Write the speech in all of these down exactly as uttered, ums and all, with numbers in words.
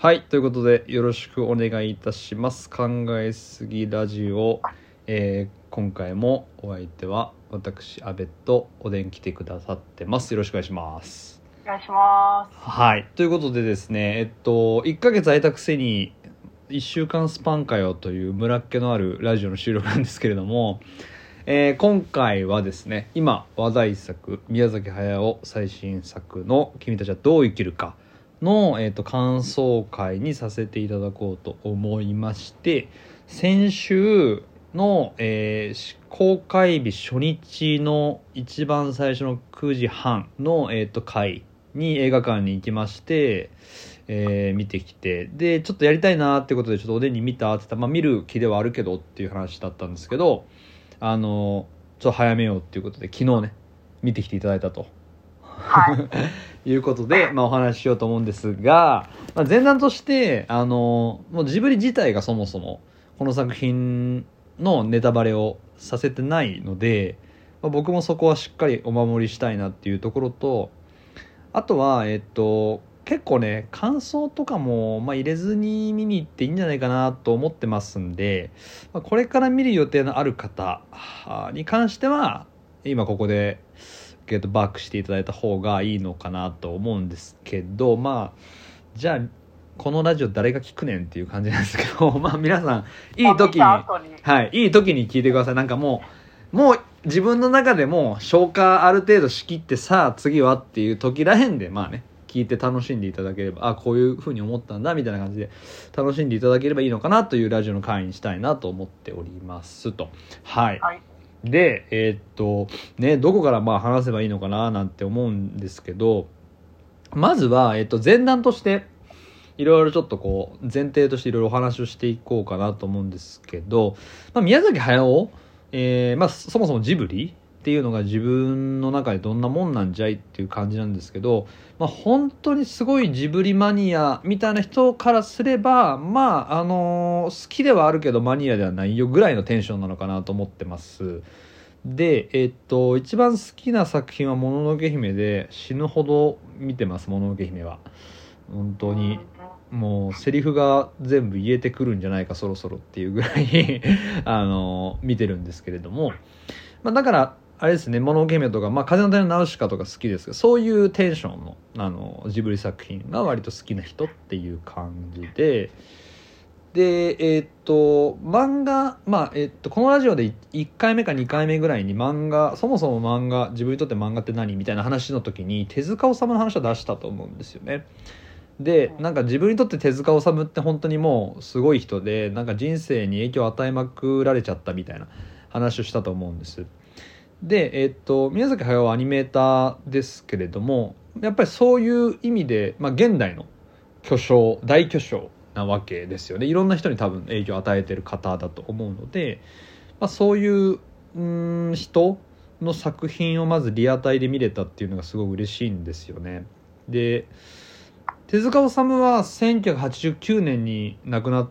はい、ということでよろしくお願いいたします。考えすぎラジオ、えー、今回もお相手は私阿部とおでん来てくださってます。よろしくお願いします。 お願いします。 はい、ということでですね、えっといっかげつ空いたくせにいっしゅうかんスパンかよという村っ気のあるラジオの収録なんですけれども、えー、今回はですね、今話題作宮崎駿最新作の君たちはどう生きるかの、えー、と感想会にさせていただこうと思いまして、先週の、えー、公開日初日の一番最初のくじはんの、えー、と回に映画館に行きまして、えー、見てきて、でちょっとやりたいなってことでちょっとおでんに見たって言ったら、まあ、見る気ではあるけどっていう話だったんですけど、あのちょっと早めようっていうことで昨日ね見てきていただいたとはいいうことで、まあ、お話ししようと思うんですが、まあ、前段としてあのもうジブリ自体がそもそもこの作品のネタバレをさせてないので、まあ、僕もそこはしっかりお守りしたいなっていうところと、あとはえっと結構ね感想とかも、まあ、入れずに見に行っていいんじゃないかなと思ってますんで、まあ、これから見る予定のある方に関しては今ここでゲットバックしていただいた方がいいのかなと思うんですけど、まあじゃあこのラジオ誰が聞くねんっていう感じなんですけどまあ皆さんいい時に、はい、いい時に聞いてください。なんかもうもう自分の中でも消化ある程度しきって、さあ次はっていう時らへんでまあね聞いて楽しんでいただければ、あこういう風に思ったんだみたいな感じで楽しんでいただければいいのかなというラジオの会にしたいなと思っておりますと。はい、 はい、 でえー、っとねどこからまあ話せばいいのかななんて思うんですけど、まずは、えー、っと前段としていろいろちょっとこう前提としていろいろお話をしていこうかなと思うんですけど、まあ、宮崎駿、えーまあ、そもそもジブリっていうのが自分の中でどんなもんなんじゃいっていう感じなんですけど、まあ、本当にすごいジブリマニアみたいな人からすればまああのー、好きではあるけどマニアではないよぐらいのテンションなのかなと思ってます。でえっと一番好きな作品はもののけ姫で死ぬほど見てます。もののけ姫は本当にもうセリフが全部言えてくるんじゃないかそろそろっていうぐらいあの見てるんですけれども、まあ、だからあれですね、もののけ姫とか、まあ、風の谷のナウシカとか好きですけど、そういうテンションの、あのジブリ作品が割と好きな人っていう感じで、でえーっと漫画、まあえーっとこのラジオでいっかいめかにかいめぐらいに漫画、そもそも漫画自分にとって漫画って何みたいな話の時に手塚治虫の話を出したと思うんですよね。でなんか自分にとって手塚治虫って本当にもうすごい人で、なんか人生に影響を与えまくられちゃったみたいな話をしたと思うんです。で、えっと宮崎駿はアニメーターですけれども、やっぱりそういう意味で、まあ、現代の巨匠大巨匠なわけですよね。いろんな人に多分影響を与えてる方だと思うので、まあ、そういううーん人の作品をまずリアタイで見れたっていうのがすごい嬉しいんですよね。で手塚治虫はせんきゅうひゃくはちじゅうきゅうねんに亡くなって、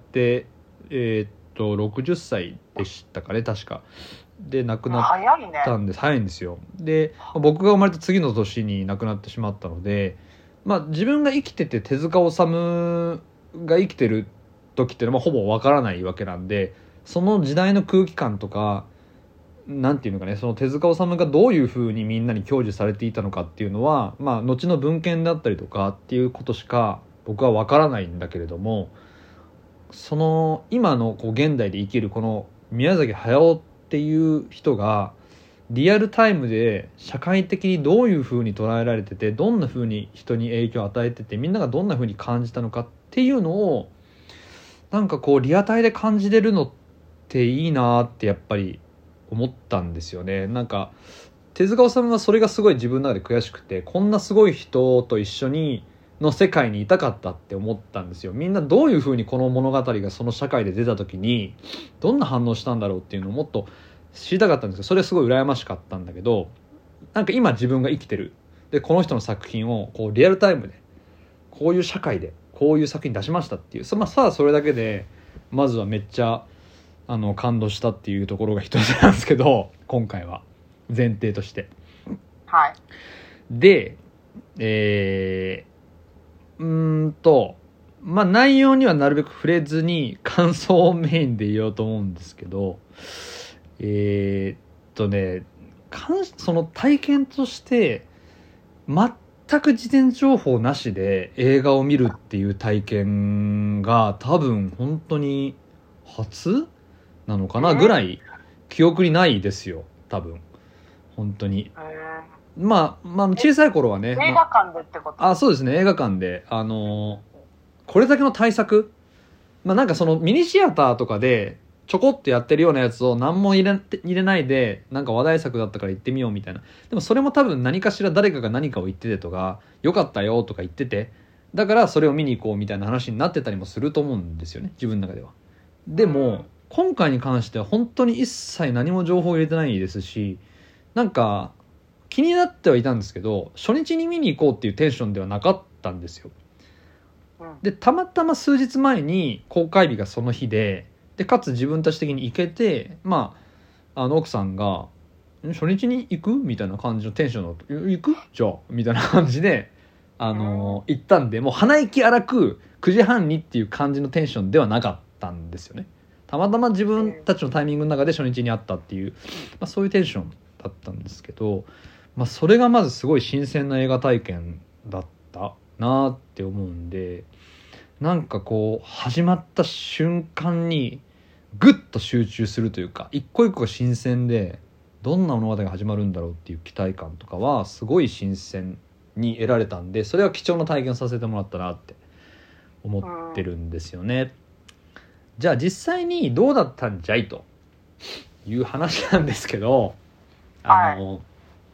えー、っとろくじゅっさいでしたかね確かで亡くなったんです。早いんですよ。で僕が生まれた次の年に亡くなってしまったので、まあ、自分が生きてて手塚治虫が生きてる時っていうのはほぼわからないわけなんで、その時代の空気感とかなんていうのかね、その手塚治虫がどういう風にみんなに享受されていたのかっていうのは、まあ後の文献だったりとかっていうことしか僕はわからないんだけれども、その今のこう現代で生きるこの宮崎駿っていう人がリアルタイムで社会的にどういう風に捉えられてて、どんな風に人に影響を与えてて、みんながどんな風に感じたのかっていうのをなんかこうリアタイで感じれるのっていいなってやっぱり思ったんですよね。なんか手塚治虫はそれがすごい自分の中で悔しくて、こんなすごい人と一緒にの世界にいたかったって思ったんですよ。みんなどういう風にこの物語がその社会で出た時にどんな反応したんだろうっていうのをもっと知りたかったんですけど、それはすごい羨ましかったんだけど、なんか今自分が生きてるでこの人の作品をこうリアルタイムでこういう社会でこういう作品出しましたっていう、まあ、さあそれだけでまずはめっちゃあの感動したっていうところが一つなんですけど、今回は前提として、 はい、 でえー、うーんとまあ内容にはなるべく触れずに感想をメインで言おうと思うんですけど、えー、っとねかんその体験として全く事前情報なしで映画を見るっていう体験が多分本当に初なのかなぐらい記憶にないですよ多分本当に。まあ、まあ小さい頃はね、 映画館でってこと？ あ、そうですね、映画館であのこれだけの対策、まあなんかそのミニシアターとかでちょこっとやってるようなやつを何も入れ入れないでなんか話題作だったから行ってみようみたいな。でもそれも多分何かしら誰かが何かを言っててとか良かったよとか言ってて、だからそれを見に行こうみたいな話になってたりもすると思うんですよね自分の中では。でも今回に関しては本当に一切何も情報を入れてないですし、なんか気になってはいたんですけど初日に見に行こうっていうテンションではなかったんですよ。でたまたま数日前に公開日がその日で、でかつ自分たち的に行けて、まああの奥さんが初日に行くみたいな感じのテンションの行くじゃあみたいな感じであの行ったんで、もう鼻息荒くくじはんにっていう感じのテンションではなかったんですよね。たまたま自分たちのタイミングの中で初日にあったっていう、まあ、そういうテンションだったんですけど、まあ、それがまずすごい新鮮な映画体験だったなって思うんで、なんかこう始まった瞬間にグッと集中するというか、一個一個が新鮮でどんな物語が始まるんだろうっていう期待感とかはすごい新鮮に得られたんで、それは貴重な体験させてもらったなって思ってるんですよね。じゃあ実際にどうだったんじゃいという話なんですけど、あの、はい、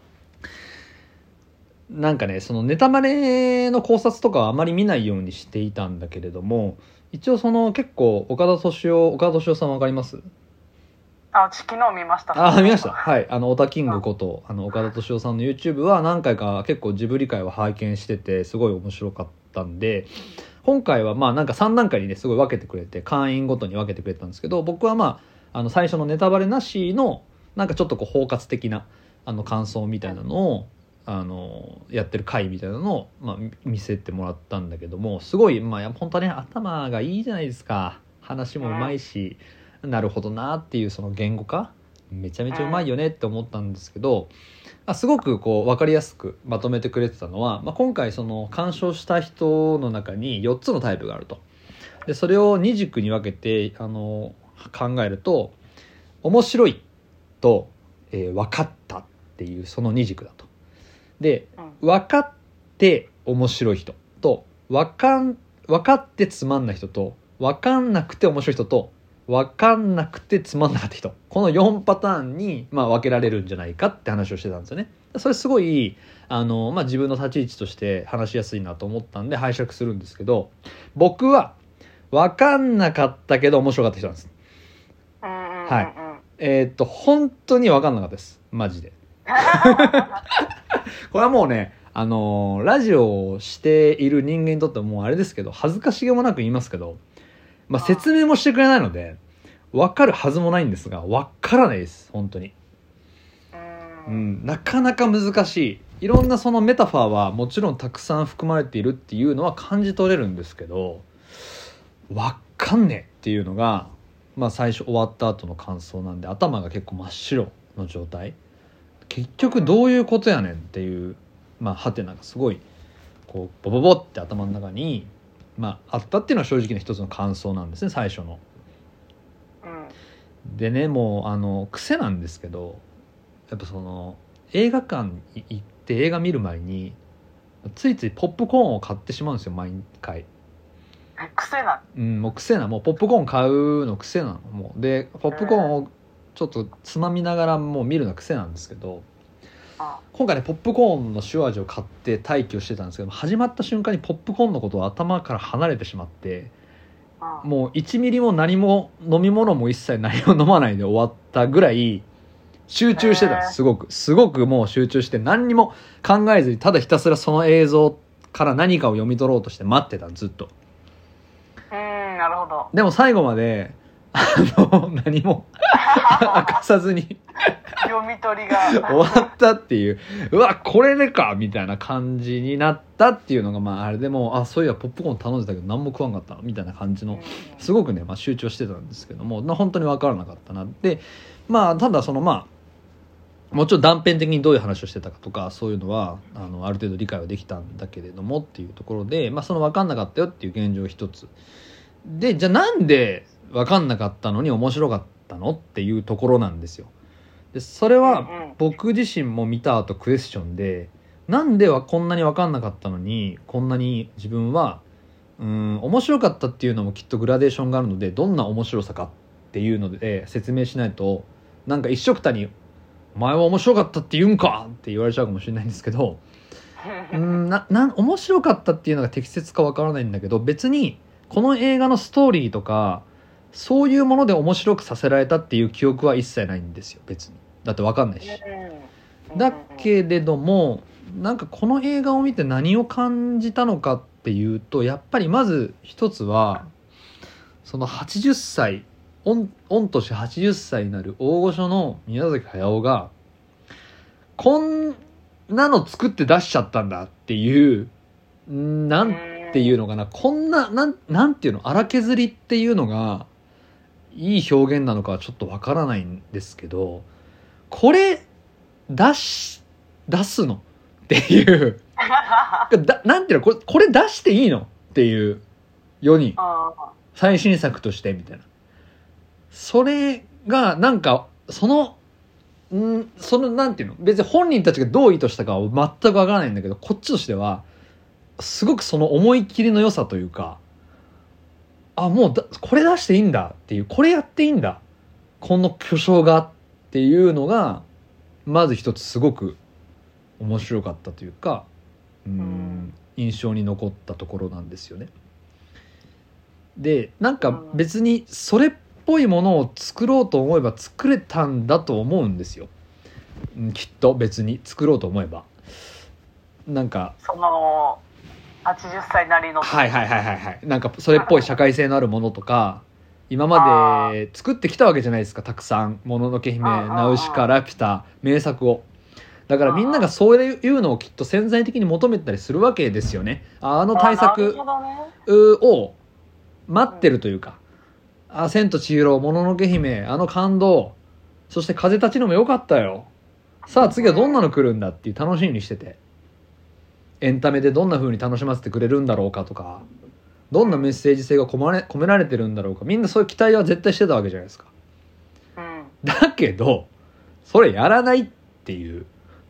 なんかねそのネタバレの考察とかはあまり見ないようにしていたんだけれども、一応その結構岡田敏夫岡田敏夫さんわかります？ あ、昨日見ました。 あ、見ました。はい、あのオタキングこと、うん、あの岡田敏夫さんの YouTube は何回か結構ジブリ界を拝見しててすごい面白かったんで、今回はまあなんかさん段階にねすごい分けてくれて会員ごとに分けてくれたんですけど、僕はまああの最初のネタバレなしのなんかちょっとこう包括的なあの感想みたいなのをあのやってる回みたいなのを、まあ、見せてもらったんだけども、すごいまあ本当に頭がいいじゃないですか。話もうまいし、なるほどなっていうその言語化めちゃめちゃうまいよねって思ったんですけど、すごくこう分かりやすくまとめてくれてたのは、まあ、今回その鑑賞した人の中によっつのタイプがあると。でそれをに軸に分けてあの考えると、面白いと、えー、分かったっていうそのに軸だと。で分かって面白い人と分かん分かってつまんない人と分かんなくて面白い人と分かんなくてつまんなかった人、このよんパターンにまあ分けられるんじゃないかって話をしてたんですよね。それすごいあの、まあ、自分の立ち位置として話しやすいなと思ったんで拝借するんですけど、僕は分かんなかったけど面白かった人なんです。はい。えー、っと本当に分かんなかったですマジでこれはもうねあのー、ラジオをしている人間にとってはもうあれですけど、恥ずかしげもなく言いますけど、まあ、説明もしてくれないので分かるはずもないんですが、分からないです本当に。うん、なかなか難しい。いろんなそのメタファーはもちろんたくさん含まれているっていうのは感じ取れるんですけど、分かんねえっていうのが、まあ、最初終わった後の感想なんで、頭が結構真っ白の状態。結局どういうことやねんっていう、まあ、はてながすごいこうボボボって頭の中に、まあ、あったっていうのは正直な一つの感想なんですね最初の。でね、もうあの癖なんですけど、やっぱその映画館に行って映画見る前についついポップコーンを買ってしまうんですよ毎回。 え、癖なの？ うん、もう癖な、もうポップコーン買うの癖なの。もうでポップコーンをちょっとつまみながらもう見るのは癖なんですけど、今回ねポップコーンの塩味を買って待機をしてたんですけど、始まった瞬間にポップコーンのことを頭から離れてしまって、もういちミリも何も飲み物も一切何も飲まないで終わったぐらい集中してたんです。すごくすごくもう集中して何にも考えずにただひたすらその映像から何かを読み取ろうとして待ってた、ずっと。 うん、なるほど。 でも最後まであの何も明かさずに読み取りが終わったっていううわこれでかみたいな感じになったっていうのがまああれでもあそういやポップコーン頼んでたけど何も食わんかったみたいな感じのすごくね、まあ、集中してたんですけども本当に分からなかったなでまあただそのまあもちろん断片的にどういう話をしてたかとかそういうのはあのある程度理解はできたんだけれどもっていうところで、まあ、その分かんなかったよっていう現状一つでじゃあなんで分かんなかったのに面白かったのっていうところなんですよ。でそれは僕自身も見た後クエスチョンでなんではこんなに分かんなかったのにこんなに自分はうーん面白かったっていうのもきっとグラデーションがあるのでどんな面白さかっていうので説明しないとなんか一緒くたにお前は面白かったって言うんかって言われちゃうかもしれないんですけどうーんなな面白かったっていうのが適切か分からないんだけど別にこの映画のストーリーとかそういうもので面白くさせられたっていう記憶は一切ないんですよ別にだって分かんないしだけれどもなんかこの映画を見て何を感じたのかっていうとやっぱりまず一つはそのはちじゅっさい御年はちじゅっさいになる大御所の宮崎駿がこんなの作って出しちゃったんだっていうなんていうのかなこんななんなんていうの荒削りっていうのがいい表現なのかはちょっとわからないんですけどこれ出し出すのっていうだなんていうのこれこれ出していいのっていう世に最新作としてみたいなそれがなんかそのんそのなんていうの別に本人たちがどう意図したかは全くわからないんだけどこっちとしてはすごくその思い切りの良さというかあもうだこれ出していいんだっていうこれやっていいんだこの巨匠がっていうのがまず一つすごく面白かったというかうーん印象に残ったところなんですよね。でなんか別にそれっぽいものを作ろうと思えば作れたんだと思うんですよきっと別に作ろうと思えばなんかそのはちじゅっさいなりのはいはいはいはいはいなんかそれっぽい社会性のあるものとか今まで作ってきたわけじゃないですかたくさんもののけ姫ナウシカラピュタ名作をだからみんながそういうのをきっと潜在的に求めたりするわけですよねあの大作を待ってるというかあ千と千尋もののけ姫あの感動そして風立ちぬも良かったよさあ次はどんなの来るんだっていう楽しみにしててエンタメでどんな風に楽しませてくれるんだろうかとかどんなメッセージ性が込められ、込められてるんだろうかみんなそういう期待は絶対してたわけじゃないですか、うん、だけどそれやらないっていう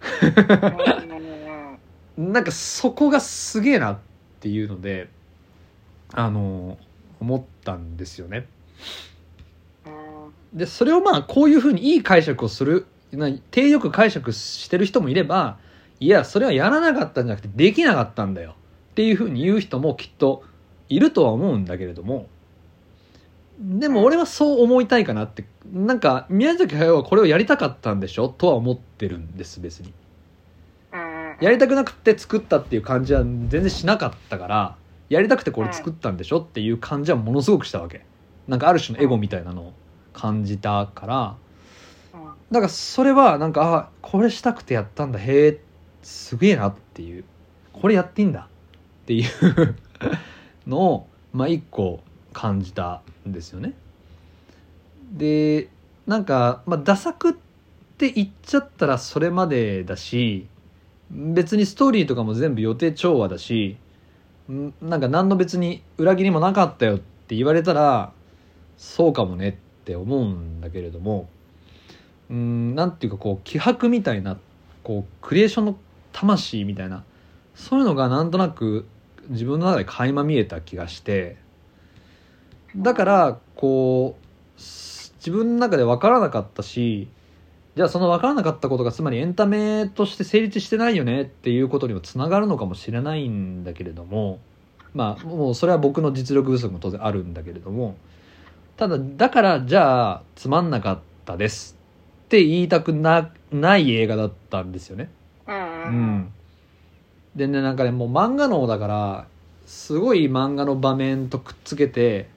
なんかそこがすげえなっていうのであの思ったんですよね。でそれをまあこういう風にいい解釈をする手よく解釈してる人もいればいやそれはやらなかったんじゃなくてできなかったんだよっていう風に言う人もきっといるとは思うんだけれどもでも俺はそう思いたいかなってなんか宮崎駿はこれをやりたかったんでしょとは思ってるんです別にやりたくなくて作ったっていう感じは全然しなかったからやりたくてこれ作ったんでしょっていう感じはものすごくしたわけなんかある種のエゴみたいなのを感じたからだからそれはなんかあこれしたくてやったんだへえすげえなっていうこれやっていいんだっていうのをまあ一個感じたんですよね。でなんか、まあ、ダサって言っちゃったらそれまでだし別にストーリーとかも全部予定調和だしなんか何の別に裏切りもなかったよって言われたらそうかもねって思うんだけれどもうーんなんていうかこう気迫みたいなこうクリエーションの魂みたいなそういうのがなんとなく自分の中で垣間見えた気がしてだからこう自分の中で分からなかったしじゃあその分からなかったことがつまりエンタメとして成立してないよねっていうことにもつながるのかもしれないんだけれどもまあもうそれは僕の実力不足も当然あるんだけれどもただだからじゃあつまんなかったですって言いたく な, ない映画だったんですよね。うん、うん、でねなんかねもう漫画脳だからすごい漫画の場面とくっつけて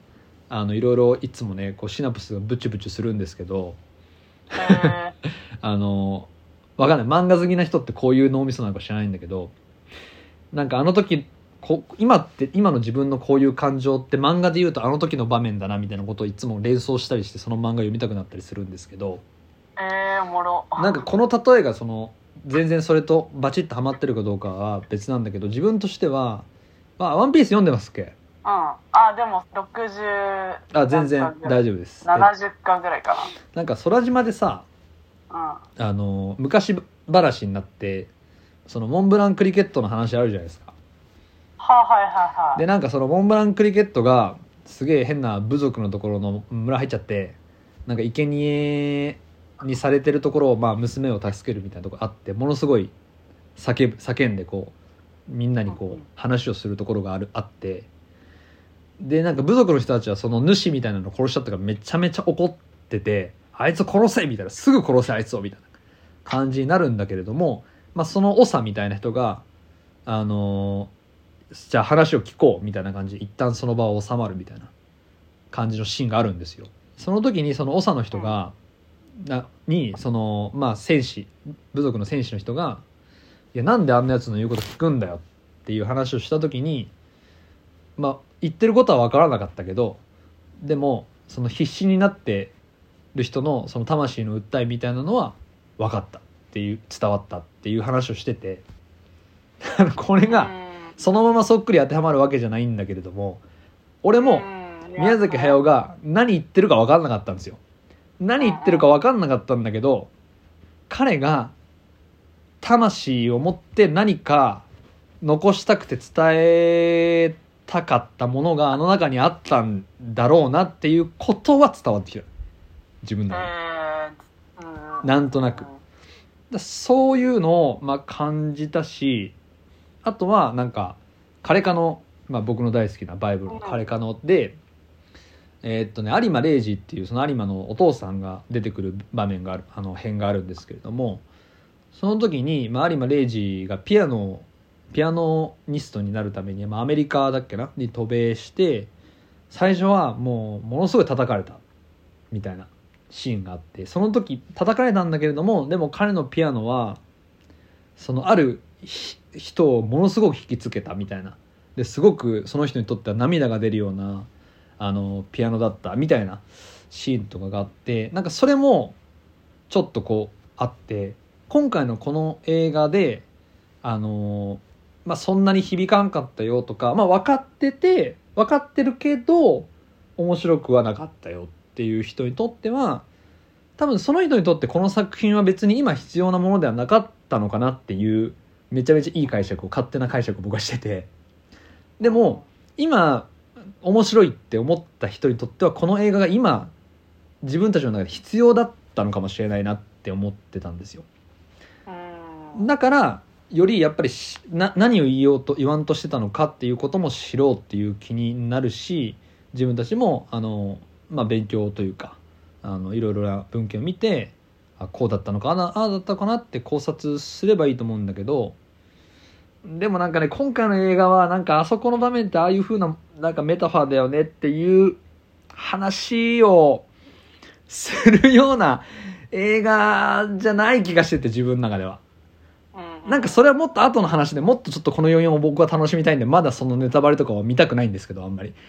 あのいろいろいつもねこうシナプスがブチブチするんですけどへあのわかんない漫画好きな人ってこういう脳みそなのか知らないんだけど、なんかあの時こ今って今の自分のこういう感情って漫画で言うとあの時の場面だなみたいなことをいつも連想したりしてその漫画読みたくなったりするんですけど、 えー、おもろ。 なんかこの例えがその全然それとバチッとハマってるかどうかは別なんだけど、自分としては、まあ、ワンピース読んでますっけ？ うん。あ、でもろくじゅうあ全然大丈夫です。 ななじゅっかんぐらいかなんか空島でさ、 な。 あの昔話になってそのモンブランクリケットの話あるじゃないですか。 はあ、はいはいはい。 でなんかそのモンブランクリケットがすげえ変な部族のところの村入っちゃって、なんか生贄にされてるところをまあ娘を助けるみたいなところあって、ものすごい叫ぶ叫んでこうみんなにこう話をするところがあるあって、でなんか部族の人たちはその主みたいなのを殺しちゃったからめちゃめちゃ怒ってて、あいつを殺せみたいな、すぐ殺せあいつをみたいな感じになるんだけれども、まあ、その長みたいな人があのー、じゃあ話を聞こうみたいな感じで一旦その場を収まるみたいな感じのシーンがあるんですよ。その時にその長の人がなにそのまあ戦士部族の戦士の人がいやなんであんなやつの言うこと聞くんだよっていう話をした時に、まあ言ってることは分からなかったけど、でもその必死になってる人のその魂の訴えみたいなのは分かったっていう伝わったっていう話をしててこれがそのままそっくり当てはまるわけじゃないんだけれども、俺も宮崎駿が何言ってるか分かんなかったんですよ。何言ってるか分かんなかったんだけど、彼が魂を持って何か残したくて伝えたかったものがあの中にあったんだろうなっていうことは伝わってきた、自分の中で、 えー、 なんとなくだそういうのをまあ感じたし、あとはなんかカレカノ、まあ、僕の大好きなバイブルのカレカノで、えー、っとね有馬礼二っていうその有馬のお父さんが出てくる場面があるあの編があるんですけれども、その時に、まあ、有馬礼二がピアノピアノニストになるために、まあ、アメリカだっけなに渡米して、最初はもうものすごい叩かれたみたいなシーンがあって、その時叩かれたんだけれども、でも彼のピアノはそのある人をものすごく引きつけたみたいな、ですごくその人にとっては涙が出るようなあのピアノだったみたいなシーンとかがあって、なんかそれもちょっとこうあって、今回のこの映画であのまあそんなに響かんかったよとか、まあ分かってて分かってるけど面白くはなかったよっていう人にとっては、多分その人にとってこの作品は別に今必要なものではなかったのかなっていうめちゃめちゃいい解釈を勝手な解釈を僕はしてて、でも今面白いって思った人にとってはこの映画が今自分たちの中で必要だったのかもしれないなって思ってたんですよ。だからよりやっぱりな何を言おうと言わんとしてたのかっていうことも知ろうっていう気になるし、自分たちもあの、まあ、勉強というかあのいろいろな文献を見て、あこうだったのかああだったのかなって考察すればいいと思うんだけど、でもなんかね今回の映画はなんかあそこの場面ってああいう風ななんかメタファーだよねっていう話をするような映画じゃない気がしてて、自分の中ではなんかそれはもっと後の話でもっとちょっとこの余韻を僕は楽しみたいんで、まだそのネタバレとかは見たくないんですけどあんまり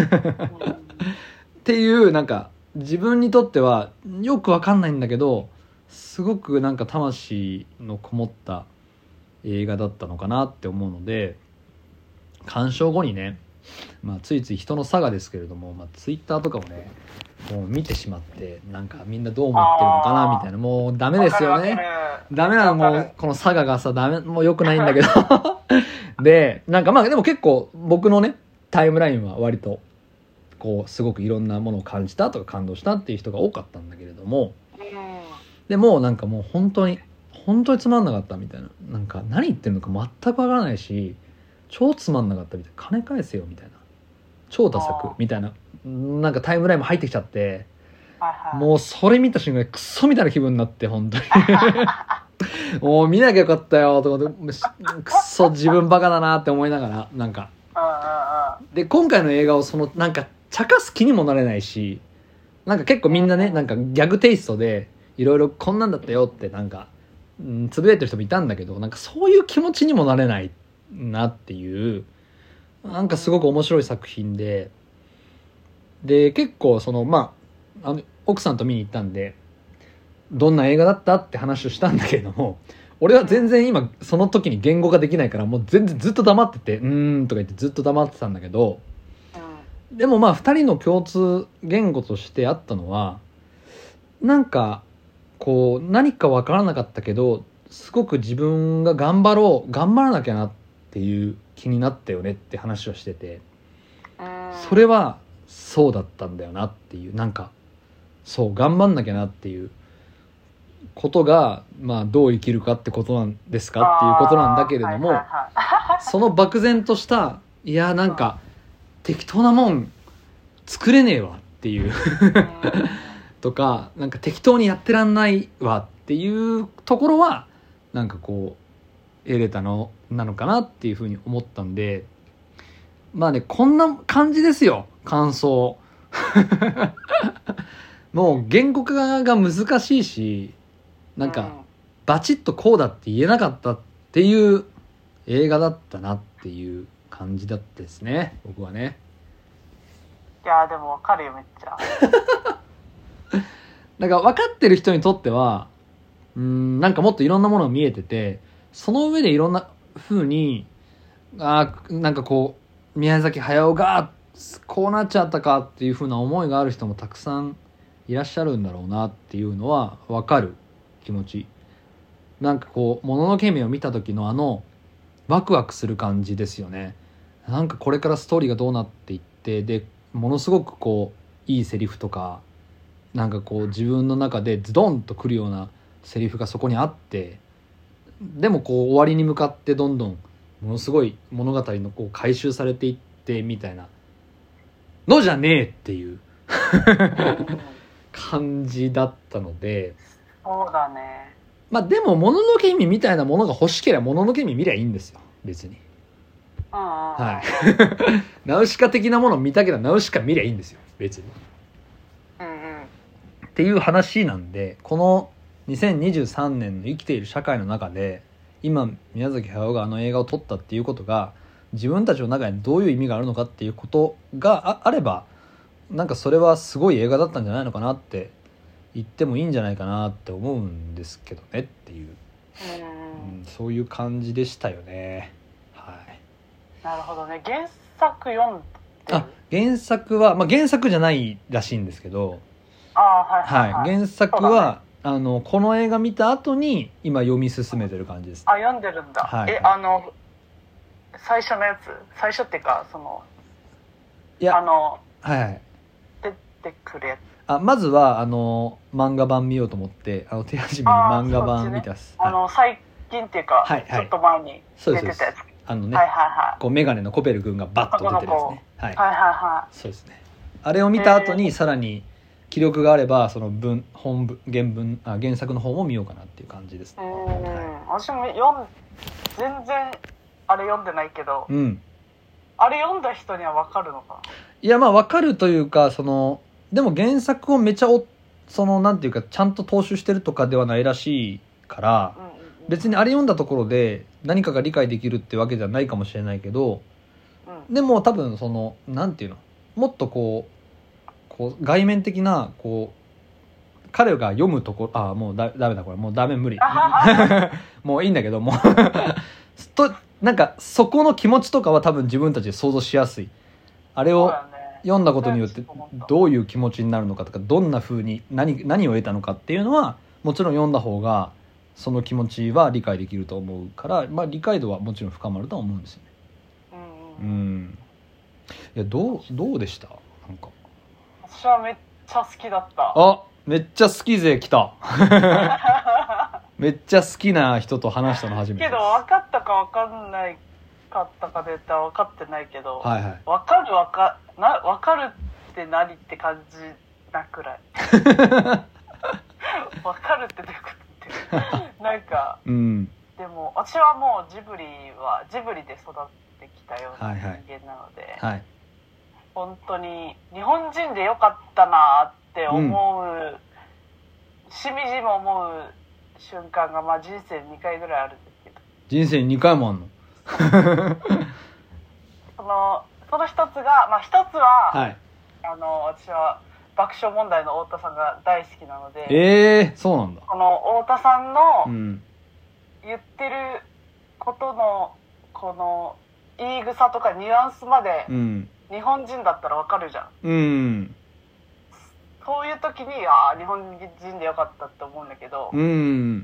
っていうなんか自分にとってはよくわかんないんだけどすごくなんか魂のこもった映画だったのかなって思うので、鑑賞後にね、まあ、ついつい人の差がですけれども、まあ、ツイッターとかをねもう見てしまって、なんかみんなどう思ってるのかなみたいな、もうダメですよね、ダメなの、もうこの差ががさダメ、もう良くないんだけどでなんかまあでも結構僕のねタイムラインは割とこうすごくいろんなものを感じたとか感動したっていう人が多かったんだけれども、でもなんかもう本当に本当につまんなかったみたいな、なんか何言ってるのか全くわからないし超つまんなかったみたいな、金返せよみたいな、超ダサくみたいな、なんかタイムラインも入ってきちゃって、もうそれ見た瞬間にクソみたいな気分になって、本当にもう見なきゃよかったよとかクソ自分バカだなって思いながら、なんかで今回の映画をそのなんか茶化す気にもなれないし、なんか結構みんなねなんかギャグテイストでいろいろこんなんだったよってなんか、うん、つぶやいてる人もいたんだけど、なんかそういう気持ちにもなれないなっていう、なんかすごく面白い作品で、で結構そのまあ、あの奥さんと見に行ったんでどんな映画だったって話をしたんだけれども、俺は全然今その時に言語ができないからもう全然ずっと黙ってて、うーんとか言ってずっと黙ってたんだけど、でもまあふたりの共通言語としてあったのは、なんかこう何か分からなかったけどすごく自分が頑張ろう頑張らなきゃなっていう気になったよねって話をしてて、それはそうだったんだよなっていう、なんかそう頑張んなきゃなっていうことが、まあ、どう生きるかってことなんですかっていうことなんだけれども、 はいはいはい、 その漠然としたいやなんか適当なもん作れねえわっていうとか、なんか適当にやってらんないわっていうところはなんかこう得れたのなのかなっていうふうに思ったんで、まあねこんな感じですよ感想もう言語化が難しいし、なんかバチッとこうだって言えなかったっていう映画だったなっていう感じだったですね僕はね。 いやでもわかるよめっちゃなんか分かってる人にとってはうーんなんかもっといろんなものが見えてて、その上でいろんな風にあなんかこう宮崎駿がこうなっちゃったかっていう風な思いがある人もたくさんいらっしゃるんだろうなっていうのは分かる気持ち。なんかこうもののけ姫を見た時のあのワクワクする感じですよね。なんかこれからストーリーがどうなっていって、でものすごくこういいセリフとかなんかこう自分の中でズドンとくるようなセリフがそこにあって、でもこう終わりに向かってどんどんものすごい物語のこう回収されていってみたいなのじゃねえっていう感じだったので、 そうだね。 まあでももののけ姫みたいなものが欲しければもののけ姫見りゃいいんですよ別に。 うんうんうん、 はいナウシカ的なものを見たけどナウシカ見りゃいいんですよ別に、 うんうん、 っていう話なんで、このにせんにじゅうさんねんの生きている社会の中で今宮崎駿があの映画を撮ったっていうことが自分たちの中にどういう意味があるのかっていうことが あ, あればなんかそれはすごい映画だったんじゃないのかなって言ってもいいんじゃないかなって思うんですけどねっていう、 うんうん、そういう感じでしたよね。はい。 なるほどね。原作読んでる？ あ、原作は、まあ、原作じゃないらしいんですけど、 あ、はいはいはい、 はい、原作は、ね、あのこの映画見た後に今読み進めてる感じです。 あ、読んでるんだ。はい、え、あの最初のやつ、最初っていうかそのいやあの、 はいはい、 出てくるやつ。 あ、まずはあの漫画版見ようと思ってあの手始めに漫画版見てます。 あ、ね、あの最近っていうか、はいはい、ちょっと前に出てたやつ。 あのね、 はいはいはい、 こうメガネのコペル君がバッと出てるやつね。はい、 はいはいはい。 そうですね。あれを見た後にさらに記録があればその文本文原文あ原作の方も見ようかなっていう感じですね。 うん、はい、私も読ん全然あれ読んでないけど、うん、あれ読んだ人には分かるのかな。 いやまあ分かるというか、そのでも原作をめちゃおそのなんていうかちゃんと踏襲してるとかではないらしいから、うんうんうん、別にあれ読んだところで何かが理解できるってわけじゃないかもしれないけど、うん、でも多分そのなんていうのもっとこうこう外面的なこう彼が読むところあもうだダメだこれもうダメ無理もういいんだけどもとなんかそこの気持ちとかは多分自分たちで想像しやすい。あれを読んだことによってどういう気持ちになるのかとかどんな風に 何, 何を得たのかっていうのはもちろん読んだ方がその気持ちは理解できると思うから、まあ、理解度はもちろん深まるとは思うんですよね。うん、うん、いやどうどうでした？なんか私はめっちゃ好きだった。 あ、めっちゃ好き勢来ためっちゃ好きな人と話したの初めてです。 けど分かったか分かんないかったかで言ったら分かってないけど、 はいはい、 分かる分かな分かるって何って感じなくらい分かるってどういうことってなんか、うん、でも私はもうジブリはジブリで育ってきたような人間なので、はいはい、 本当に日本人でよかったなって思う、うん、しみじみ思う瞬間が、まあ、人生にかいぐらいあるんですけど。 人生ににかいもあんのそのその一つが、まあ、一つは、 はい、 あの私は爆笑問題の太田さんが大好きなので、 えー、そうなんだ。 この太田さんの言ってることのこの言い草とかニュアンスまで、うん、日本人だったらわかるじゃん、うん、そういう時にあ日本人でよかったって思うんだけど、うん、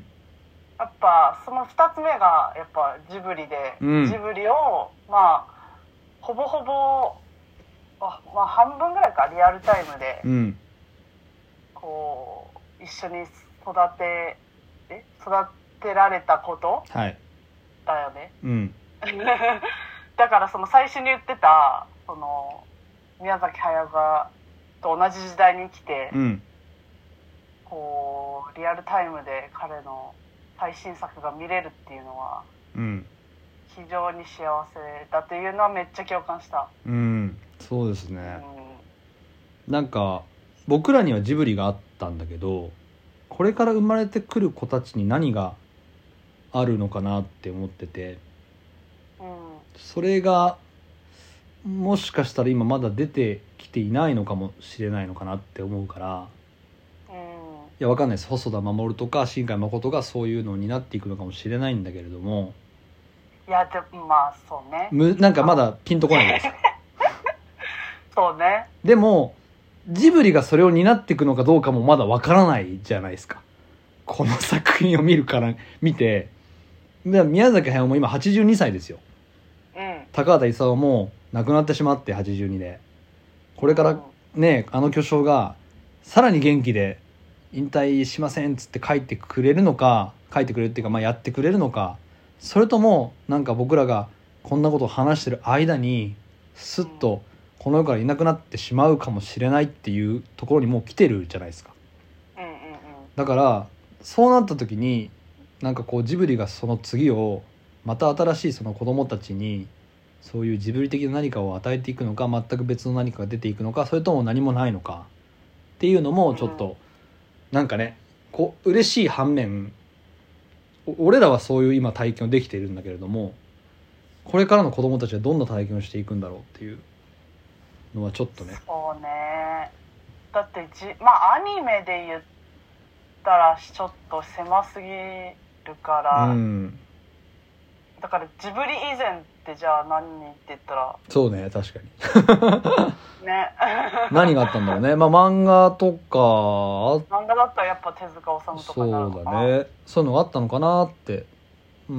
やっぱそのふたつめがやっぱジブリで、うん、ジブリをまあほぼほぼあ、まあ、半分ぐらいかリアルタイムで、うん、こう一緒に育てえ育てられたこと、はい、だよね、うん、だからその最初に言ってたその宮崎駿がと同じ時代に来て、うん、こうリアルタイムで彼の最新作が見れるっていうのは、うん、非常に幸せだというのはめっちゃ共感した。 うん、そうですね、うん、なんか僕らにはジブリがあったんだけど、これから生まれてくる子たちに何があるのかなって思ってて、うん、それがもしかしたら今まだ出てきていないのかもしれないのかなって思うから、うん、いやわかんないです。細田守とか新海誠がそういうのになっていくのかもしれないんだけれども、 いやでもまあそうね、 むなんかまだピンとこないですかそうね。 でもジブリがそれを担っていくのかどうかもまだわからないじゃないですか。この作品を見るから見て、宮崎駿も今はちじゅうにさいですよ、うん、高畑勲も亡くなってしまってはちじゅうにで、これからね、あの巨匠がさらに元気で引退しませんっつって書いてくれるのか、書いてくれるっていうか、まあ、やってくれるのか、それともなんか僕らがこんなことを話してる間にスッとこの世からいなくなってしまうかもしれないっていうところにもう来てるじゃないですか。だからそうなった時になんかこうジブリがその次をまた新しいその子供たちにそういうジブリ的な何かを与えていくのか、全く別の何かが出ていくのか、それとも何もないのかっていうのもちょっとなんかね、こう嬉しい反面、俺らはそういう今体験をできているんだけれども、これからの子供たちはどんな体験をしていくんだろうっていうのはちょっとね。 そうね。だってじまあアニメで言ったらちょっと狭すぎるから、うん、だからジブリ以前ってじゃあ何って言ったら、 そうね、確かにね何があったんだろうね。まあ漫画とか漫画だったらやっぱ手塚治虫とかになるのかな。 そうだね、そういうのがあったのかなって、うん、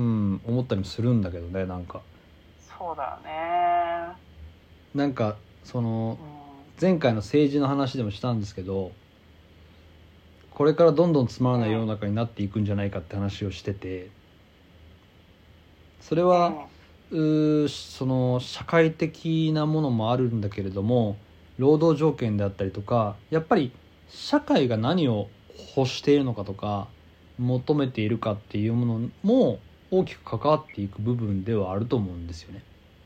思ったりもするんだけどね。なんかそうだよね。 なんかその、うん、前回の政治の話でもしたんですけど、これからどんどんつまらない世の中になっていくんじゃないかって話をしてて、それは、うん、うその社会的なものもあるんだけれども、労働条件であったりとか、やっぱり社会が何を欲しているのかとか求めているかっていうものも大きく関わっていく部分ではあると思うんですよね。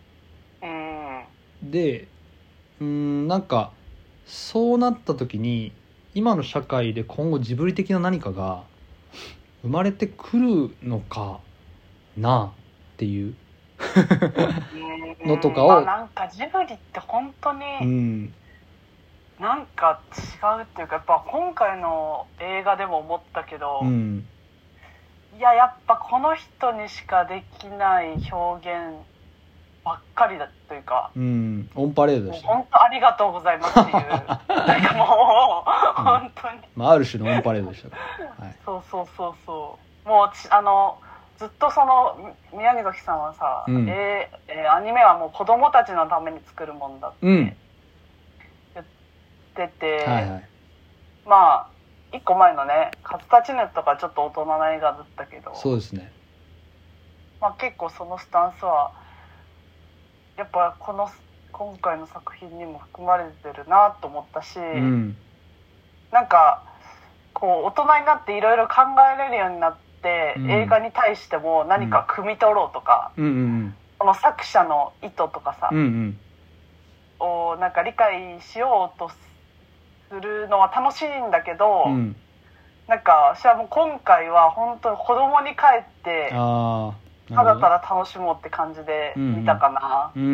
うん、で、うーんなんかそうなった時に今の社会で今後ジブリ的な何かが生まれてくるのかなっていうのとかを、 まあ、なんかジブリって本当に、うん、なんか違うっていうか、やっぱ今回の映画でも思ったけど、うん、いややっぱこの人にしかできない表現ばっかりだというか、 うん、オンパレードでした、ね、 本当ありがとうございますっていうなんかもう、うん、本当に、 まあ、ある種のオンパレードでしたから、はい、 そうそうそうそう、もうあのずっとその宮崎さんはさ、うん、えーえー、アニメはもう子供たちのために作るもんだって言ってて、うんはいはい、まあ一個前のねカツタチネとかちょっと大人な映画だったけど、 そうですね、 まあ、結構そのスタンスはやっぱこの今回の作品にも含まれてるなと思ったし、うん、なんかこう大人になっていろいろ考えれるようになって、うん、映画に対しても何か汲み取ろうとか、うんうんうん、この作者の意図とかさ、うんうん、 をなんか理解しようとするのは楽しいんだけど、うん、なんか私はもう今回は本当に子供に帰ってただただ楽しもうって感じで見たかな、うんうん、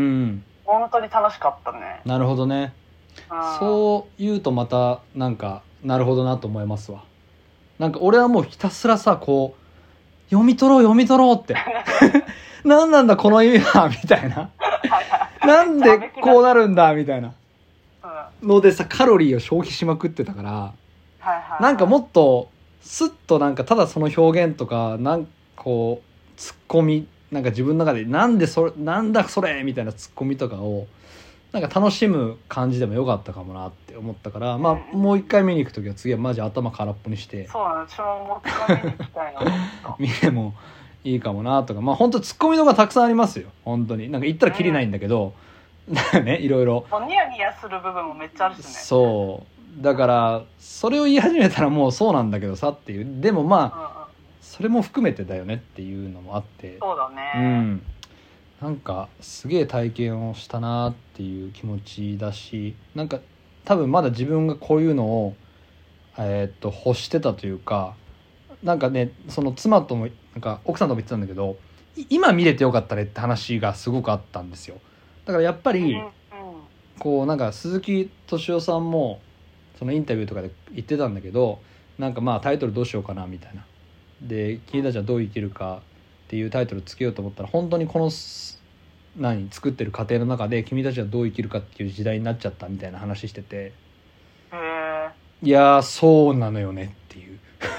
本当に楽しかったね。 なるほどね、うん、そう言うとまたなんかなるほどなと思いますわ。なんか俺はもうひたすらさこう読み取ろう読み取ろうって何なんだこの意味はみたいななんでこうなるんだみたいなのでさカロリーを消費しまくってたから、はいはいはい、なんかもっとスッとなんかただその表現とかなんかこうツッコミなんか自分の中でなんでそれなんだそれみたいなツッコミとかをなんか楽しむ感じでもよかったかもなって思ったから、まあもう一回見に行くときは次はマジ頭空っぽにしてそうなの私ももう一回見に行きたいな見てもいいかもなとか、まあ本当ツッコミのがたくさんありますよ本当に。なんか言ったらキリないんだけど、うん、ねいろいろもうニヤニヤする部分もめっちゃあるしね。 そうだからそれを言い始めたらもうそうなんだけどさっていう。でもまあ、うんうん、それも含めてだよねっていうのもあって、 そうだね、 うんなんかすげえ体験をしたなっていう気持ちだし、なんか多分まだ自分がこういうのを、えー、っと欲してたというか、なんかねその妻ともなんか奥さんとも言ってたんだけど今見れてよかったねって話がすごくあったんですよ。だからやっぱり、うんうん、こうなんか鈴木敏夫さんもそのインタビューとかで言ってたんだけど、なんかまあタイトルどうしようかなみたいなで君たちはどう生きるかっていうタイトルつけようと思ったら本当にこの何作ってる過程の中で君たちはどう生きるかっていう時代になっちゃったみたいな話してて、 へいやそうなのよねっていう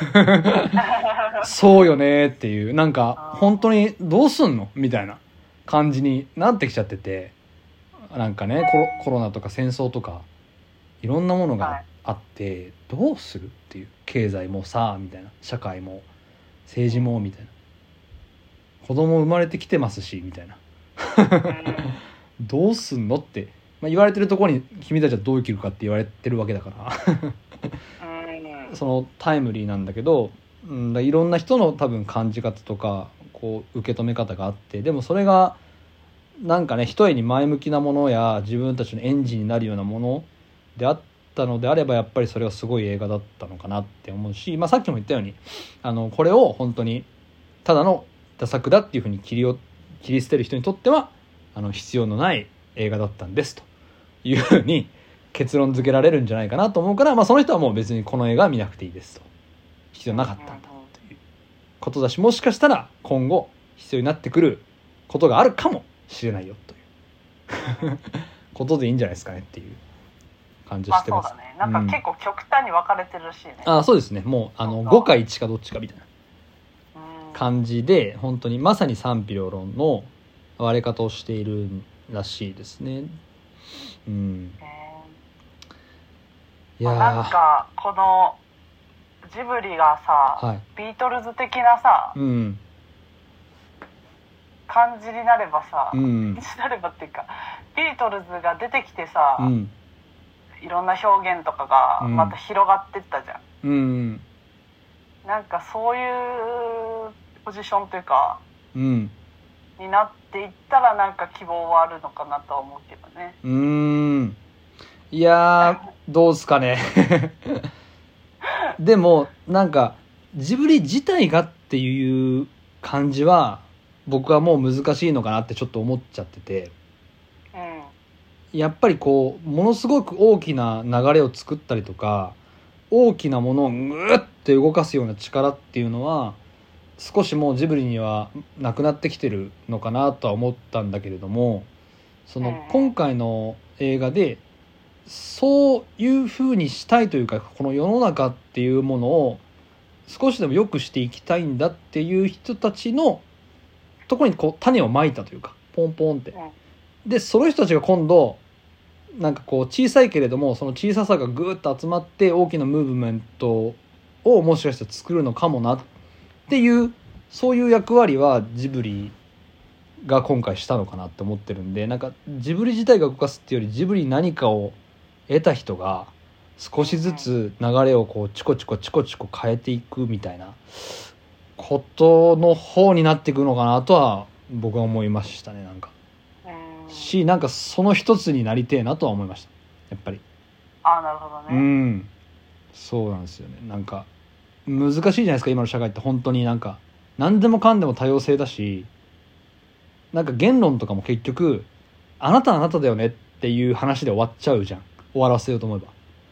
そうよねっていうなんか本当にどうすんのみたいな感じになってきちゃってて、なんかね コロ、コロナとか戦争とかいろんなものがあってどうするっていう、経済もさみたいな社会も政治もみたいな、子供生まれてきてますしみたいなどうすんのって、まあ、言われてるところに君たちはどう生きるかって言われてるわけだからそのタイムリーなんだけど、うん、だいろんな人の多分感じ方とかこう受け止め方があって、でもそれがなんかね一重に前向きなものや自分たちのエンジンになるようなものであったのであればやっぱりそれはすごい映画だったのかなって思うし、まあ、さっきも言ったようにあのこれを本当にただのダ作だっていうふうに切りを切り捨てる人にとってはあの必要のない映画だったんですというふうに結論付けられるんじゃないかなと思うから、まあ、その人はもう別にこの映画は見なくていいですと、必要なかったんだということだし、もしかしたら今後必要になってくることがあるかもしれないよということでいいんじゃないですかねっていう感じしてます。 まあそうだね、なんか結構極端に分かれてるらしいね、 うん、あそうですね、もうあのごかいちかどっちかみたいな感じで本当にまさに賛否両論の割れ方をしているらしいですね。うん。 いやなんかこのジブリがさ、はい、ビートルズ的なさ、うん、感じになればさ、うん、感じになればっていうかビートルズが出てきてさ、うん、いろんな表現とかがまた広がってったじゃん。うん、なんかそういうポジションというか、うん、になっていったらなんか希望はあるのかなとは思うけどね。 うーんいやーどうすかねでもなんかジブリ自体がっていう感じは僕はもう難しいのかなってちょっと思っちゃってて、うん、やっぱりこうものすごく大きな流れを作ったりとか大きなものをグーッて動かすような力っていうのは少しもうジブリにはなくなってきてるのかなとは思ったんだけれども、その今回の映画でそういう風にしたいというかこの世の中っていうものを少しでも良くしていきたいんだっていう人たちのところにこう種をまいたというかポンポンってでその人たちが今度なんかこう小さいけれどもその小ささがぐーっと集まって大きなムーブメントをもしかしたら作るのかもなっていうそういう役割はジブリが今回したのかなって思ってるんで、なんかジブリ自体が動かすっていうよりジブリに何かを得た人が少しずつ流れをこうチコチコチコチコ変えていくみたいなことの方になっていくのかなとは僕は思いましたね。なんかし、なんかその一つになりてえなとは思いましたやっぱり。 ああなるほどね。 うんそうなんですよね。なんか難しいじゃないですか今の社会って。本当になんか何でもかんでも多様性だし、なんか言論とかも結局あなたはあなただよねっていう話で終わっちゃうじゃん、終わらせようと思えば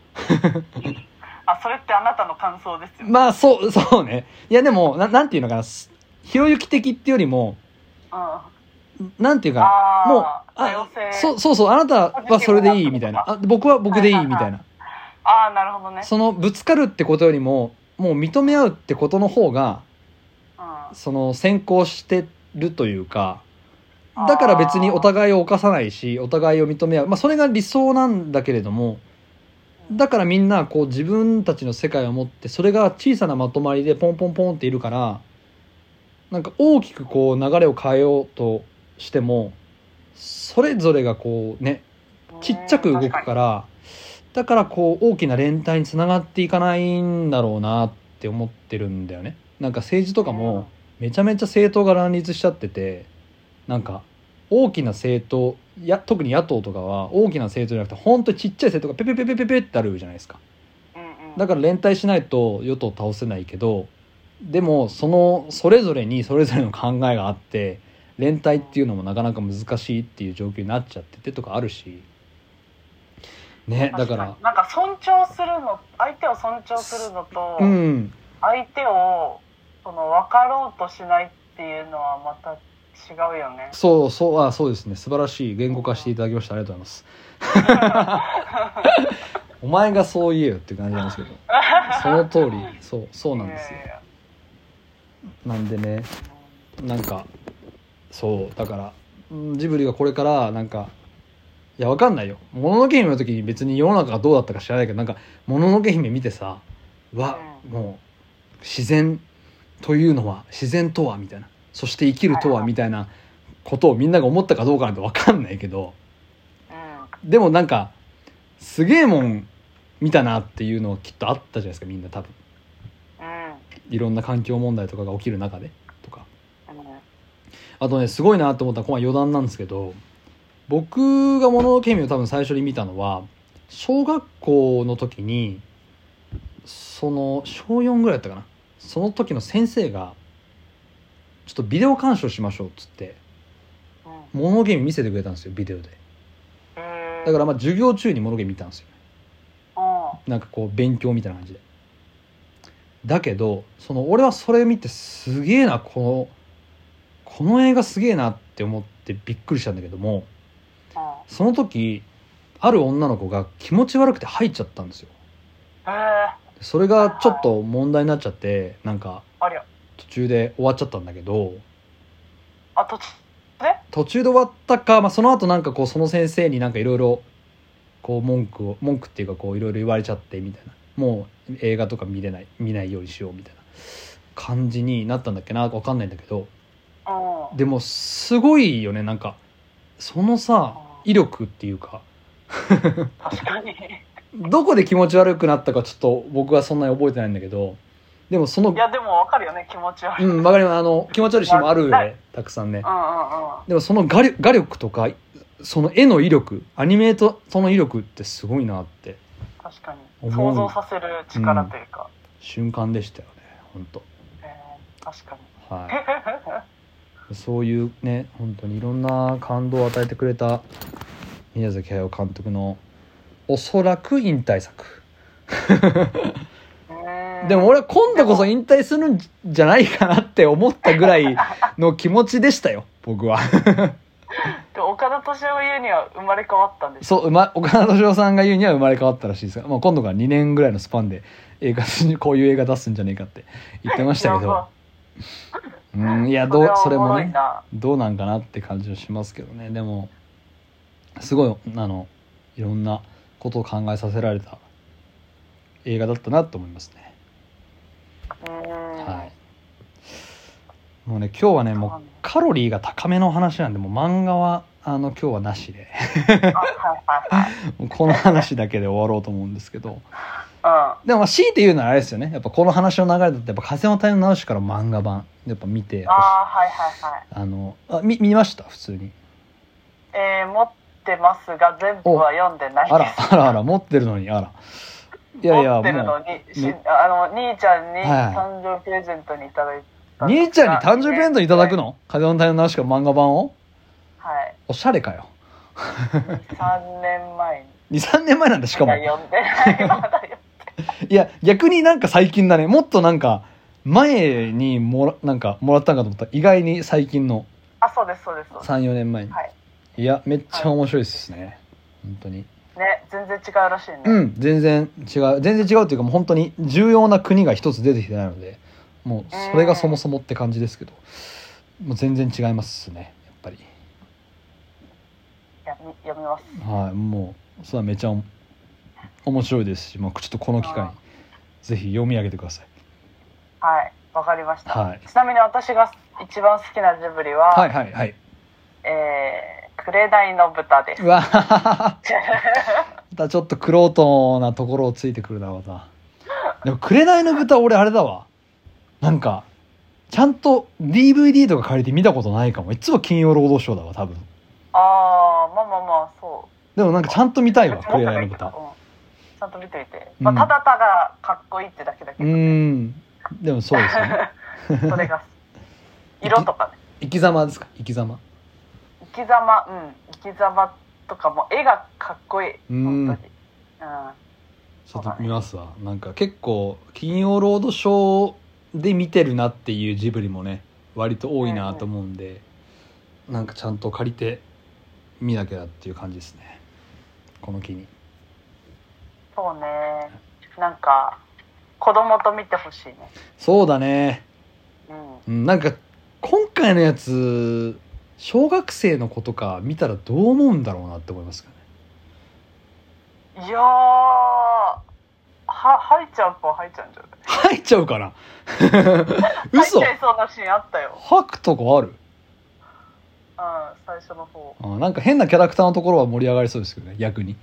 あそれってあなたの感想ですよね。 まあそうそうね。いやでも な, なんていうのかな、ひろゆき的っていうよりも、 うん、 なんていうかな、もうあそうそうそうあなたはそれでいいみたいな、あ僕は僕でいいみたいな、 ああなるほどね。 そのぶつかるってことよりももう認め合うってことの方が、うん、その先行してるというか、だから別にお互いを犯さないしお互いを認め合う、まあそれが理想なんだけれども、だからみんなこう自分たちの世界を持ってそれが小さなまとまりでポンポンポンっているから、なんか大きくこう流れを変えようとしてもそれぞれがこうねちっちゃく動くから、だからこう大きな連帯につながっていかないんだろうなって思ってるんだよね。なんか政治とかもめちゃめちゃ政党が乱立しちゃってて、なんか大きな政党や特に野党とかは大きな政党じゃなくて本当にちっちゃい政党がペペペペペペってあるじゃないですか。だから連帯しないと与党倒せないけど、でもそのそれぞれにそれぞれの考えがあって連帯っていうのもなかなか難しいっていう状況になっちゃっててとかあるしね。だからなんか尊重するの、相手を尊重するのと、うん、相手をその分かろうとしないっていうのはまた違うよね。 そうそうあそうですね、素晴らしい言語化していただきました、ありがとうございますお前がそう言えよっていう感じなんですけどその通りそうそうなんですよ。なんでね、なんかそうだからジブリがこれからなんかいやわかんないよ、もののけ姫の時に別に世の中がどうだったか知らないけど、なんかもののけ姫見てさ、わもう自然というのは自然とはみたいな、そして生きるとはみたいなことをみんなが思ったかどうかなんてわかんないけど、でもなんかすげえもん見たなっていうのはきっとあったじゃないですかみんな多分、いろんな環境問題とかが起きる中でとか、あとねすごいなと思ったのは余談なんですけど、僕がもののけ姫を多分最初に見たのは小学校の時に、その小よんぐらいだったかな、その時の先生がちょっとビデオ鑑賞しましょうっつってもののけ姫見せてくれたんですよビデオで。だからまあ授業中にもののけ姫見たんですよね、なんかこう勉強みたいな感じで。だけどその俺はそれ見てすげえなこのこの映画すげえなって思ってびっくりしたんだけども、その時ある女の子が気持ち悪くて入っちゃったんですよ。それがちょっと問題になっちゃって、なんか途中で終わっちゃったんだけど、 あ途中で途中で終わったか、まあ、その後なんかこうその先生になんかいろいろこう文句を文句っていうかこういろいろ言われちゃってみたいな、もう映画とか見れない見ないようにしようみたいな感じになったんだっけな、分かんないんだけど、でもすごいよね、なんかそのさ威力っていうか確かにどこで気持ち悪くなったかちょっと僕はそんなに覚えてないんだけど、でもそのいやでも分かるよね気持ち悪い、 うん分かります、あの気持ち悪いシーンもあるよねたくさんね、うんうんうん、でもその画力、画力とかその絵の威力、アニメートその威力ってすごいなって確かに想像させる力というか、うん、 瞬間でしたよね本当、 えー、確かに、 はい、そういうね本当にいろんな感動を与えてくれた宮崎駿監督のおそらく引退作でも俺は今度こそ引退するんじゃないかなって思ったぐらいの気持ちでしたよ僕は岡田敏夫が言うには生まれ変わったんです。 そう、ま、岡田敏夫さんが言うには生まれ変わったらしいですが、まあ、今度からにねんぐらいのスパンで映画こういう映画出すんじゃねえかって言ってましたけどうんいやどうそれもねどうなんかなって感じはしますけどね。でもすごいあのいろんなことを考えさせられた映画だったなと思いますね。はい、もうね今日はねもうカロリーが高めの話なんで、もう漫画はあの今日はなしでこの話だけで終わろうと思うんですけど、でもまあ強いて言うならあれですよね、やっぱこの話の流れだとやっぱ風の谷のナウシカの漫画版やっぱ見てほしい。あ、はいはいはい、あのあ 見, 見ました普通に。 えー、持ってますが全部は読んでないです。 あらあらあら、持ってるのに、あら。いやいや、 持ってるのにしあの兄ちゃんに誕生日プレゼントにいただいた、 はい、兄ちゃんに誕生日プレゼントいただくの？風の谷のナウシカ漫画版を？ はい。 おしゃれかよ。 さんねんまえに。 に、さんねんまえなんだ、しかも。 読んでない、まだ読んでない。 いや、逆になんか最近だね。もっとなんか、前にもら、なんかもらったんかと思ったら、意外に最近の。 あ、そうです、そうです。 さん、よねんまえに。はい。いや、めっちゃ面白いですね。はい、本当に。 ね、全然違うらしいね。 うん、全然違う。全然違うっていうか、もう本当に重要な国が一つ出てきてないので、もうそれがそもそもって感じですけど、もう全然違いますね、やっぱり。 やみ読みます。 はい、もう、それはめちゃ面白いですし、まあ、ちょっとこの機会にぜひ読み上げてください。 はい、わかりました、 はい。 ちなみに私が一番好きなジブリは、 はいはいはい、 えー、紅の豚です。 うわまたちょっと玄人なところをついてくるな、また。でも紅の豚俺あれだわ、なんかちゃんと ディーブイディー とか借りて見たことないかも。いつも金曜ロードショーだわ多分。 ああ、まあまあまあ、そう。 でもなんかちゃんと見たいわ、紅の豚、うん、 ちゃんと見てみて、まあ、ただただかっこいいってだけだけど、ね、 うんでもそうですよねそれが色とかね、 生き様ですか、生き様、 生き様、うん生き様とかも絵がかっこいい、うん本当に、うん、 ちょっと見ますわ、ね、なんか結構金曜ロードショーで見てるなっていうジブリもね割と多いなと思うんで、うんうん、なんかちゃんと借りて見なきゃっていう感じですね、この機に。 そうね、なんか子供と見てほしいね。 そうだね、 うん、 なんか今回のやつ小学生の子とか見たらどう思うんだろうなって思いますかね。いやーは入っちゃう子は入っちゃうんじゃない？ 入っちゃうかな嘘？入っちゃいそうなシーンあったよ。 吐くとこある？ うん、最初の方。 あ、なんか変なキャラクターのところは盛り上がりそうですけどね、逆に。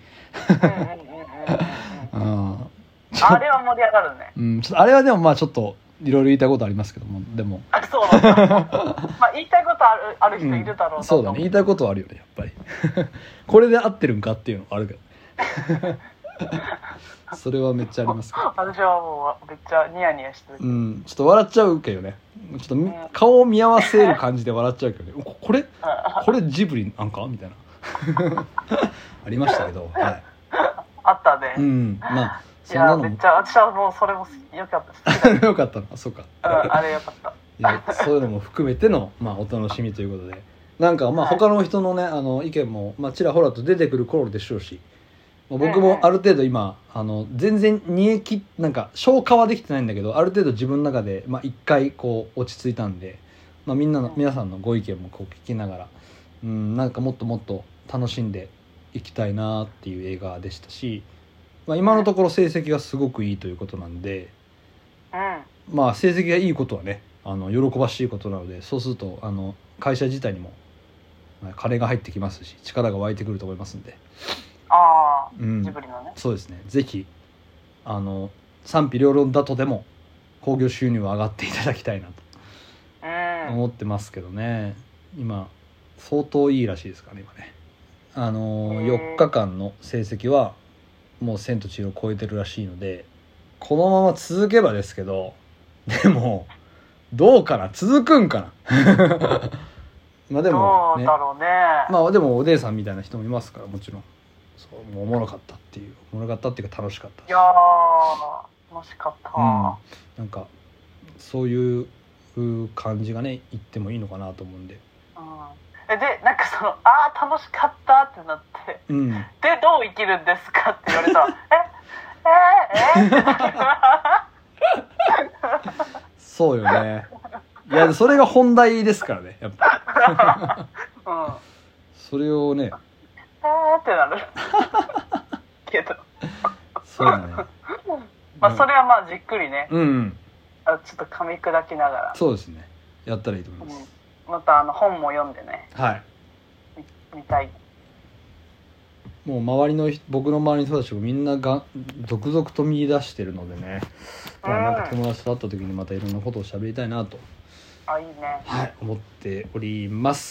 あれは盛り上がるね。 うん、ちょっとあれはでもまあちょっといろいろ言いたいことありますけども、でも。 あ、そうなんだ。まあ言いたいことあるある人いるだろうな、うん、 そうだね、言いたいことはあるよね、やっぱり。これで合ってるんかっていうのはあるけど。それはめっちゃありますけど。 私はもうめっちゃニヤニヤしてる。 うん、ちょっと笑っちゃうけどね。ちょっと、うん、顔を見合わせる感じで笑っちゃうけどね。これこれジブリなんかみたいな。ありましたけど、はい。 あったね。 うん、まあ。 いやめっちゃ私はもうそれも良かったです。良かったの、そうか。 うん、あれ良かった。 いやそういうのも含めてのまあお楽しみということで、なんかまあ他の人のね、あの意見もまあちらほらと出てくる頃でしょうし、僕もある程度今あの全然煮えきなんか消化はできてないんだけど、ある程度自分の中でまあ一回こう落ち着いたんで、まあみんなの皆さんのご意見もこう聞きながら、うんなんかもっともっと楽しんでいきたいなっていう映画でしたし。まあ、今のところ成績がすごくいいということなんで、 うん、 まあ成績がいいことはねあの喜ばしいことなので、そうするとあの会社自体にも金が入ってきますし力が湧いてくると思いますんで、 ああ、うん、ジブリのね、 そうですね、ぜひあの賛否両論だとでも興行収入は上がっていただきたいなと思ってますけどね。今相当いいらしいですからね今ね、あのよっかかんの成績はもう千と千尋を超えてるらしいので、このまま続けばですけど、でもどうかな、続くんかな。まあでも、 ね、どうだろうね。 まあでもお姉さんみたいな人もいますから、もちろんそうもうおもろかったっていうおもろかったっていうか楽しかった。 いやー楽しかった、うん、 なんかそういう感じがね言ってもいいのかなと思うんで、 うん、でなんかそのあー楽しかったってなって、うん、でどう生きるんですかって言われたらええええそうよね。いやそれが本題ですからねやっぱ、うん、それをねえーってなるけどそうだね。 まあそれはまあじっくりね、 うん、うん、 ちょっと噛み砕きながら、 そうですね、やったらいいと思います、 うん、またあの本も読んでね、 はい、 見たい。 もう周りの僕の周りの人たちもみんなが続々と見出してるのでね、うん、なんか友達と会った時にまたいろんなことを喋りたいなと、 あいいね、 はい、思っております。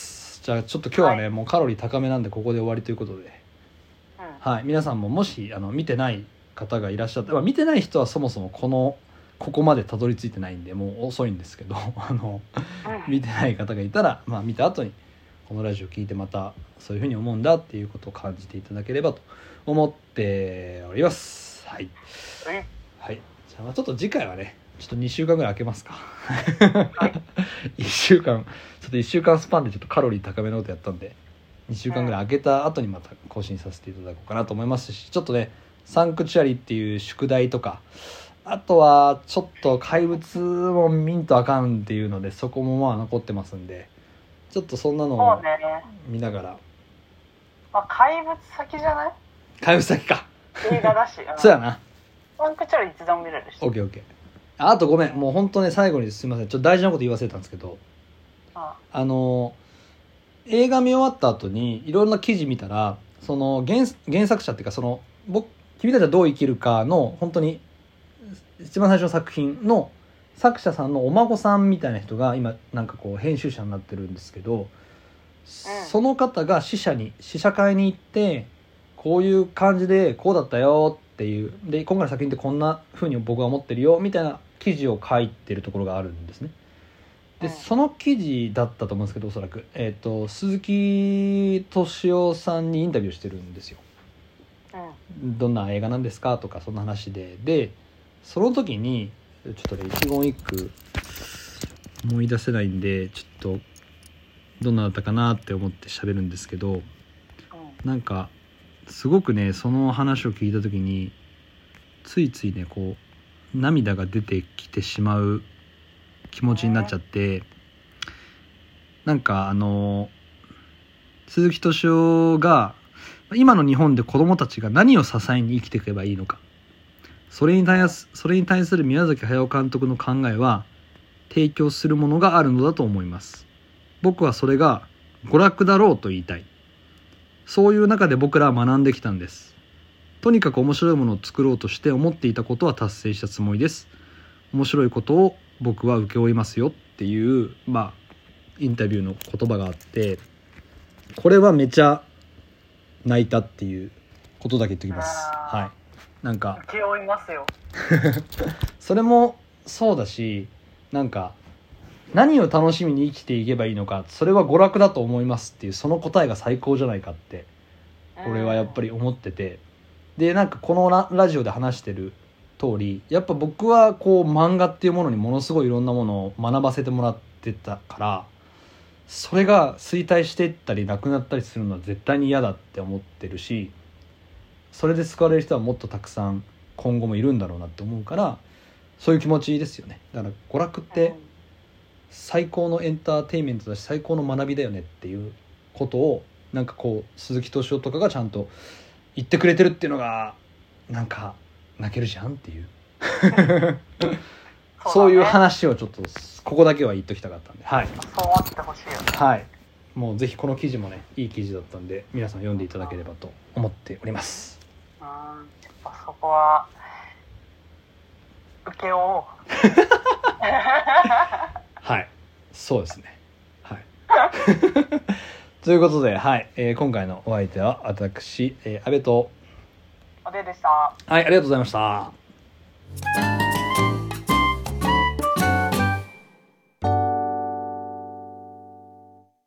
じゃあちょっと今日はね、はい、もうカロリー高めなんでここで終わりということで、うん、はい、皆さんももしあの見てない方がいらっしゃって、まあ、見てない人はそもそもこのここまでたどり着いてないんでもう遅いんですけどあの、うん、見てない方がいたら、まあ、見た後にこのラジオ聞いてまたそういうふうに思うんだっていうことを感じていただければと思っております。はい、はい、じゃあちょっと次回はねちょっとにしゅうかんぐらい空けますか、はい、いっしゅうかんちょっといっしゅうかんスパンでちょっとカロリー高めのことやったんでにしゅうかんぐらい空けた後にまた更新させていただこうかなと思いますし、ちょっとねサンクチュアリっていう宿題とかあとはちょっと怪物も見んとあかんっていうのでそこもまあ残ってますんでちょっとそんなのを見ながら、ね、 まあ、怪物先じゃない？ 怪物先か映画だしそうやなサンクチュアリいつでも見れるし。 オッケーオッケー。あとごめんもう本当ね最後にすみませんちょっと大事なこと言い忘れたんですけど、ああ、あの映画見終わった後にいろんな記事見たらその 原, 原作者っていうかその僕君たちはどう生きるかの本当に一番最初の作品の作者さんのお孫さんみたいな人が今なんかこう編集者になってるんですけど、うん、その方が試写に試写会に行ってこういう感じでこうだったよっていうで今回の作品ってこんな風に僕は思ってるよみたいな記事を書いてるところがあるんですね。で、うん、その記事だったと思うんですけどおそらく、えーと、鈴木敏夫さんにインタビューしてるんですよ、うん、どんな映画なんですかとかそんな話ででその時にちょっとね一言一句思い出せないんでちょっとどんなだったかなって思って喋るんですけど、うん、なんかすごくねその話を聞いた時についついねこう涙が出てきてしまう気持ちになっちゃって、なんかあの鈴木敏夫が今の日本で子どもたちが何を支えに生きていけばいいのか、それに対す、それに対する宮崎駿監督の考えは提供するものがあるのだと思います。僕はそれが娯楽だろうと言いたい。そういう中で僕らは学んできたんです。とにかく面白いものを作ろうとして思っていたことは達成したつもりです。面白いことを僕は請け負いますよっていうまあインタビューの言葉があって、これはめちゃ泣いたっていうことだけ言っておきます。はい。なんか請け負いますよそれもそうだし、なんか何を楽しみに生きていけばいいのか、それは娯楽だと思いますっていうその答えが最高じゃないかって俺はやっぱり思ってて、でなんかこの ラ, ラジオで話してる通りやっぱ僕はこう漫画っていうものにものすごいいろんなものを学ばせてもらってたから、それが衰退していったりなくなったりするのは絶対に嫌だって思ってるし、それで救われる人はもっとたくさん今後もいるんだろうなって思うから、そういう気持ちですよね。だから娯楽って最高のエンターテインメントだし最高の学びだよねっていうことをなんかこう鈴木敏夫とかがちゃんと言ってくれてるっていうのがなんか泣けるじゃんっていうそう, そういう話をちょっとここだけは言っときたかったんで、はい、 そう思ってほしいよね。 はい、もうぜひこの記事もねいい記事だったんで皆さん読んでいただければと思っております。 うん、やっぱそこは受け負おうはい、そうですね。はいということで、はい、えー、今回のお相手は私、えー、安倍とおででした。 はい、ありがとうございました。